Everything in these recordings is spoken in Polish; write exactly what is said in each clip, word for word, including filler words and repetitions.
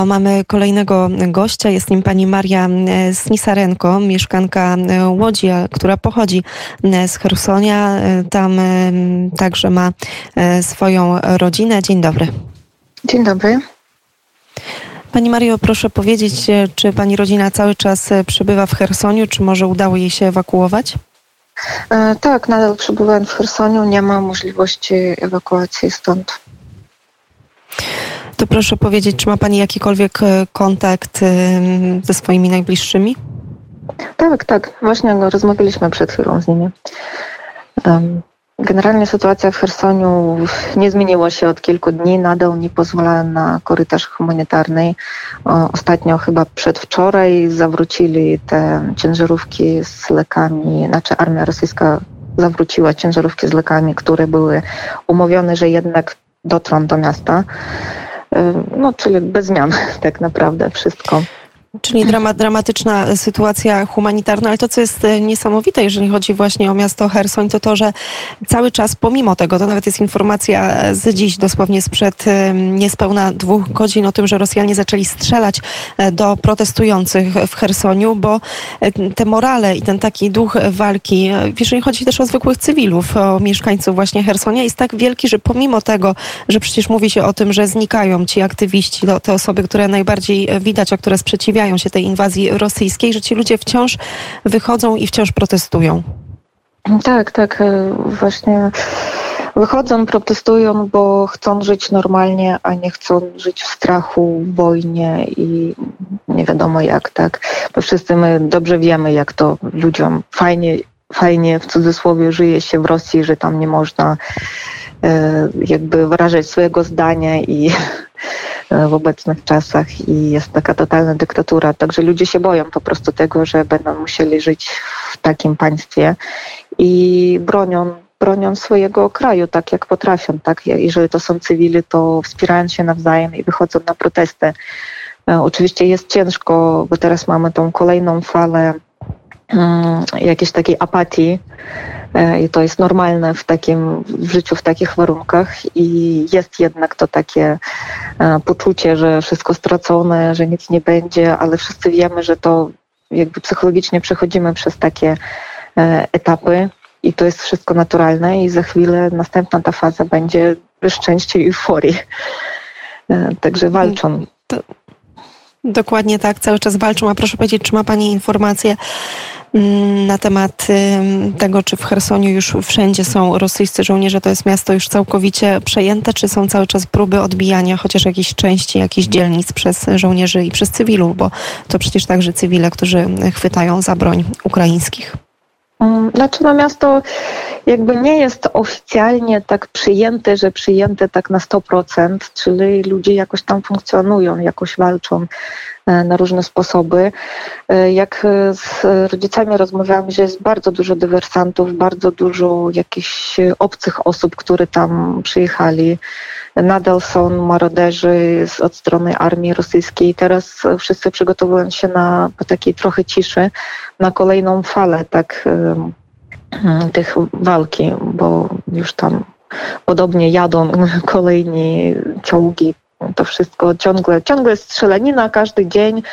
Mamy kolejnego gościa, jest nim pani Maria Snisarenko, mieszkanka Łodzi, która pochodzi z Chersonia. Tam także ma swoją rodzinę. Dzień dobry. Dzień dobry. Pani Mario, proszę powiedzieć, czy pani rodzina cały czas przebywa w Chersoniu, czy może udało jej się ewakuować? E, tak, nadal przebywam w Chersoniu, nie ma możliwości ewakuacji stąd. To proszę powiedzieć, czy ma pani jakikolwiek kontakt ze swoimi najbliższymi? Tak, tak. Właśnie rozmawialiśmy przed chwilą z nimi. Generalnie sytuacja w Chersoniu nie zmieniła się od kilku dni. Nadal nie pozwala na korytarz humanitarny. Ostatnio, chyba przedwczoraj, zawrócili te ciężarówki z lekami, znaczy armia rosyjska zawróciła ciężarówki z lekami, które były umówione, że jednak dotrą do miasta. No, czyli bez zmian tak naprawdę wszystko. Czyli dramat, dramatyczna sytuacja humanitarna, ale to, co jest niesamowite, jeżeli chodzi właśnie o miasto Cherson, to to, że cały czas pomimo tego, to nawet jest informacja z dziś, dosłownie sprzed niespełna dwóch godzin o tym, że Rosjanie zaczęli strzelać do protestujących w Chersoniu, bo te morale i ten taki duch walki, jeżeli chodzi też o zwykłych cywilów, o mieszkańców właśnie Chersonia, jest tak wielki, że pomimo tego, że przecież mówi się o tym, że znikają ci aktywiści, te osoby, które najbardziej widać, a które sprzeciwiają się tej inwazji rosyjskiej, że ci ludzie wciąż wychodzą i wciąż protestują. Tak, tak, właśnie wychodzą, protestują, bo chcą żyć normalnie, a nie chcą żyć w strachu, w wojnie i nie wiadomo jak, tak. Bo wszyscy my dobrze wiemy, jak to ludziom fajnie, fajnie w cudzysłowie żyje się w Rosji, że tam nie można e, jakby wyrażać swojego zdania i w obecnych czasach i jest taka totalna dyktatura. Także ludzie się boją po prostu tego, że będą musieli żyć w takim państwie i bronią, bronią swojego kraju tak jak potrafią. Tak? Jeżeli to są cywile, to wspierają się nawzajem i wychodzą na protesty. Oczywiście jest ciężko, bo teraz mamy tą kolejną falę um, jakiejś takiej apatii. I to jest normalne w takim w życiu, w takich warunkach i jest jednak to takie poczucie, że wszystko stracone, że nic nie będzie, ale wszyscy wiemy, że to jakby psychologicznie przechodzimy przez takie etapy i to jest wszystko naturalne i za chwilę następna ta faza będzie szczęście i euforii. Także walczą. Dokładnie tak, cały czas walczą. A proszę powiedzieć, czy ma pani informację na temat tego, czy w Chersoniu już wszędzie są rosyjscy żołnierze, to jest miasto już całkowicie przejęte, czy są cały czas próby odbijania chociaż jakiejś części, jakichś dzielnic przez żołnierzy i przez cywilów, bo to przecież także cywile, którzy chwytają za broń ukraińskich. Znaczy no miasto jakby nie jest oficjalnie tak przyjęte, że przyjęte tak na sto procent, czyli ludzie jakoś tam funkcjonują, jakoś walczą na różne sposoby. Jak z rodzicami rozmawiałam, że jest bardzo dużo dywersantów, bardzo dużo jakichś obcych osób, które tam przyjechali. Nadal są maroderzy od strony armii rosyjskiej. Teraz wszyscy przygotowują się na po takiej trochę ciszy, na kolejną falę tak tych walki, bo już tam podobnie jadą kolejni czołgi. To wszystko ciągle, ciągle strzelanina każdy dzień.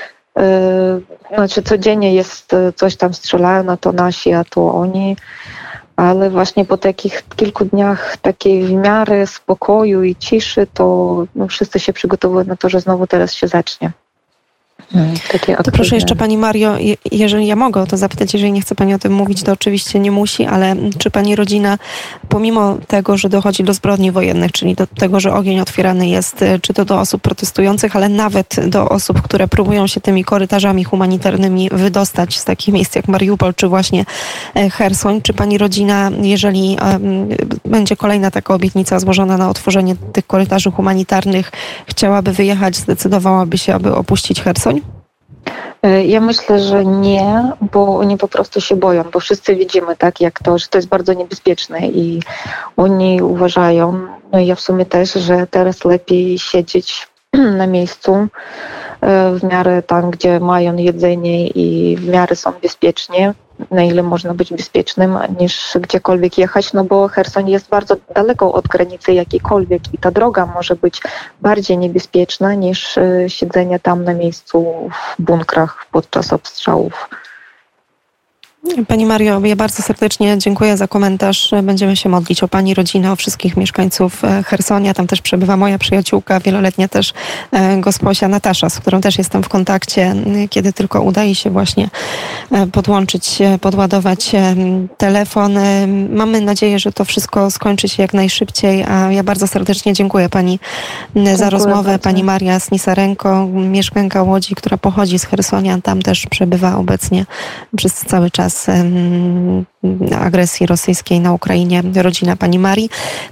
Znaczy codziennie jest coś tam strzelają, a to nasi, a to oni. Ale właśnie po takich kilku dniach takiej w miarę spokoju i ciszy, to no, wszyscy się przygotowują na to, że znowu teraz się zacznie. Takie to proszę jeszcze pani Mario, jeżeli ja mogę o to zapytać, jeżeli nie chce pani o tym mówić, to oczywiście nie musi, ale czy pani rodzina, pomimo tego, że dochodzi do zbrodni wojennych, czyli do tego, że ogień otwierany jest, czy to do osób protestujących, ale nawet do osób, które próbują się tymi korytarzami humanitarnymi wydostać z takich miejsc jak Mariupol, czy właśnie Cherson, czy pani rodzina, jeżeli um, będzie kolejna taka obietnica złożona na otworzenie tych korytarzy humanitarnych, chciałaby wyjechać, zdecydowałaby się, aby opuścić Cherson? Ja myślę, że nie, bo oni po prostu się boją, bo wszyscy widzimy, tak, jak to, że to jest bardzo niebezpieczne i oni uważają, no i ja w sumie też, że teraz lepiej siedzieć na miejscu w miarę tam, gdzie mają jedzenie i w miarę są bezpiecznie, na ile można być bezpiecznym, niż gdziekolwiek jechać, no bo Cherson jest bardzo daleko od granicy jakiejkolwiek i ta droga może być bardziej niebezpieczna niż siedzenie tam na miejscu w bunkrach podczas obstrzałów. Pani Mario, ja bardzo serdecznie dziękuję za komentarz. Będziemy się modlić o Pani rodzinę, o wszystkich mieszkańców Chersonia. Tam też przebywa moja przyjaciółka, wieloletnia też gosposia Natasza, z którą też jestem w kontakcie, kiedy tylko udaje się właśnie podłączyć, podładować telefon. Mamy nadzieję, że to wszystko skończy się jak najszybciej, a ja bardzo serdecznie dziękuję Pani dziękuję za rozmowę. Bardzo. Pani Maria Snisarenko, mieszkanka Łodzi, która pochodzi z Chersonia, tam też przebywa obecnie przez cały czas agresji rosyjskiej na Ukrainie, rodzina pani Marii.